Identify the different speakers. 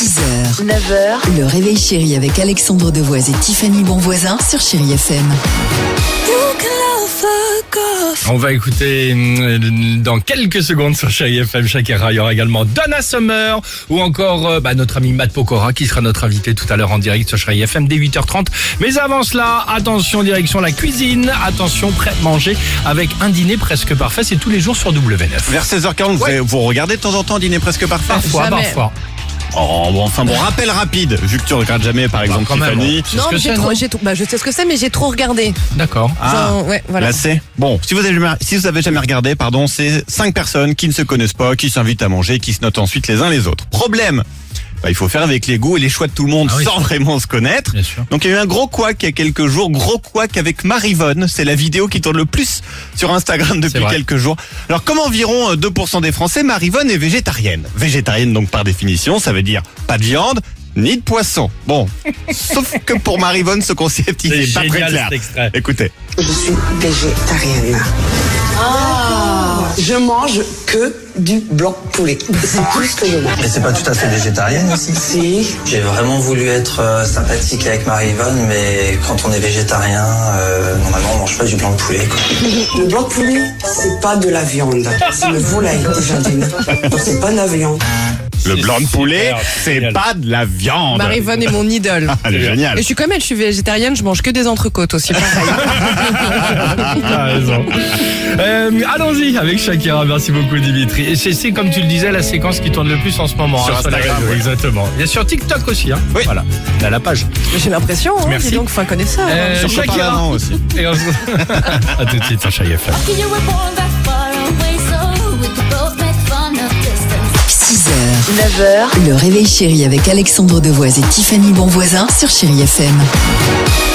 Speaker 1: 6h, 9h, le réveil chéri avec Alexandre Devoise et Tiffany Bonvoisin sur Chéri FM.
Speaker 2: On va écouter dans quelques secondes sur Chéri FM Shakira. Il y aura également Donna Summer ou encore notre ami Matt Pokora qui sera notre invité tout à l'heure en direct sur Chéri FM dès 8h30. Mais avant cela, attention, direction la cuisine. Attention, prêt à manger avec un dîner presque parfait. C'est tous les jours sur W9.
Speaker 3: Vers 16h40, vous regardez de temps en temps Dîner presque parfait?
Speaker 2: Parfois.
Speaker 3: Rappel rapide, vu que tu regardes jamais par exemple Tiffany.
Speaker 4: Non, je sais ce que c'est, mais j'ai trop regardé.
Speaker 2: D'accord.
Speaker 4: Voilà.
Speaker 3: Là c'est bon. Si vous avez jamais regardé, c'est 5 personnes qui ne se connaissent pas, qui s'invitent à manger, qui se notent ensuite les uns les autres. Problème. Il faut faire avec les goûts et les choix de tout le monde sans vraiment se connaître.
Speaker 2: Bien sûr.
Speaker 3: Donc il y a eu un gros couac il y a quelques jours, gros couac avec Maryvonne. C'est la vidéo qui tourne le plus sur Instagram depuis quelques jours. Alors comme environ 2% des Français, Maryvonne est végétarienne. Végétarienne donc par définition, ça veut dire pas de viande ni de poisson. Bon, sauf que pour Maryvonne, ce concept il est pas très clair. Écoutez.
Speaker 5: Je suis végétarienne. Je mange que du blanc de poulet. C'est tout ce que je mange.
Speaker 6: Mais c'est pas tout à fait végétarienne aussi.
Speaker 5: Si.
Speaker 6: J'ai vraiment voulu être sympathique avec Maryvonne, mais quand on est végétarien, normalement on mange pas du blanc de poulet, quoi.
Speaker 5: Le blanc de poulet, c'est pas de la viande. C'est le volaille déjà d'une. Donc c'est pas de la viande.
Speaker 3: Le blanc de poulet, c'est pas de la viande.
Speaker 4: Maryvonne est mon idole.
Speaker 3: Elle est géniale.
Speaker 4: Et je suis comme elle, je suis végétarienne, je mange que des entrecôtes aussi.
Speaker 2: T'as raison. Allons-y avec Shakira. Merci beaucoup Dimitri. Et c'est comme tu le disais la séquence qui tourne le plus en ce moment
Speaker 3: sur Instagram.
Speaker 2: Les réseaux, exactement. Il y a sur TikTok aussi.
Speaker 3: Oui.
Speaker 2: Voilà. Il y a la page.
Speaker 4: J'ai l'impression.
Speaker 2: Merci.
Speaker 4: Dis donc fin connaisseur.
Speaker 3: Sur
Speaker 2: Shakira
Speaker 3: aussi.
Speaker 2: Et on se... à tout de suite sur Chéri FM.
Speaker 1: 6h, 9h, le réveil chéri avec Alexandre Devoise et Tiffany Bonvoisin sur Chéri FM.